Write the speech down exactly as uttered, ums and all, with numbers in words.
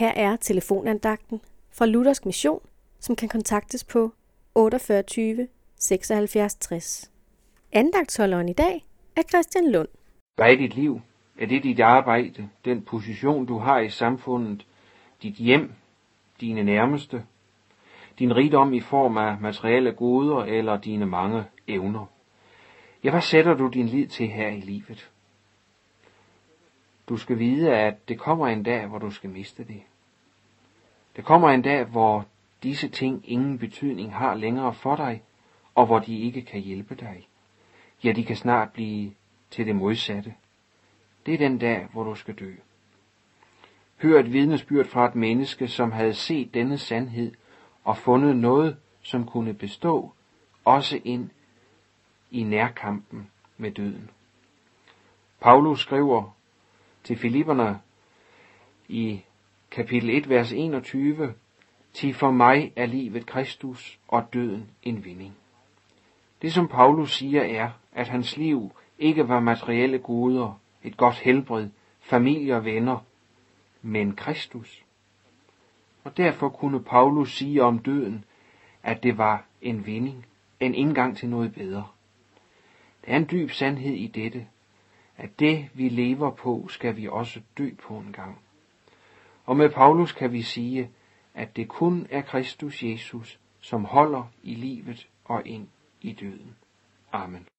Her er telefonandagten fra Luthersk Mission, som kan kontaktes på otteogfyrre tyve seksoghalvfjerds tres. Andagtsholderen i dag er Christian Lund. Hvad er dit liv? Er det dit arbejde, den position du har i samfundet, dit hjem, dine nærmeste, din rigdom i form af materielle goder eller dine mange evner? Ja, hvad sætter du din lid til her i livet? Du skal vide, at det kommer en dag, hvor du skal miste det. Det kommer en dag, hvor disse ting ingen betydning har længere for dig, og hvor de ikke kan hjælpe dig. Ja, de kan snart blive til det modsatte. Det er den dag, hvor du skal dø. Hør et vidnesbyrd fra et menneske, som havde set denne sandhed og fundet noget, som kunne bestå, også ind i nærkampen med døden. Paulus skriver til Filipperne i kapitel et, vers enogtyve, "Ti for mig er livet Kristus og døden en vinding." Det som Paulus siger er, at hans liv ikke var materielle goder, et godt helbred, familie og venner, men Kristus. Og derfor kunne Paulus sige om døden, at det var en vinding, en indgang til noget bedre. Der er en dyb sandhed i dette, at det vi lever på, skal vi også dø på en gang. Og med Paulus kan vi sige, at det kun er Kristus Jesus, som holder i livet og ind i døden. Amen.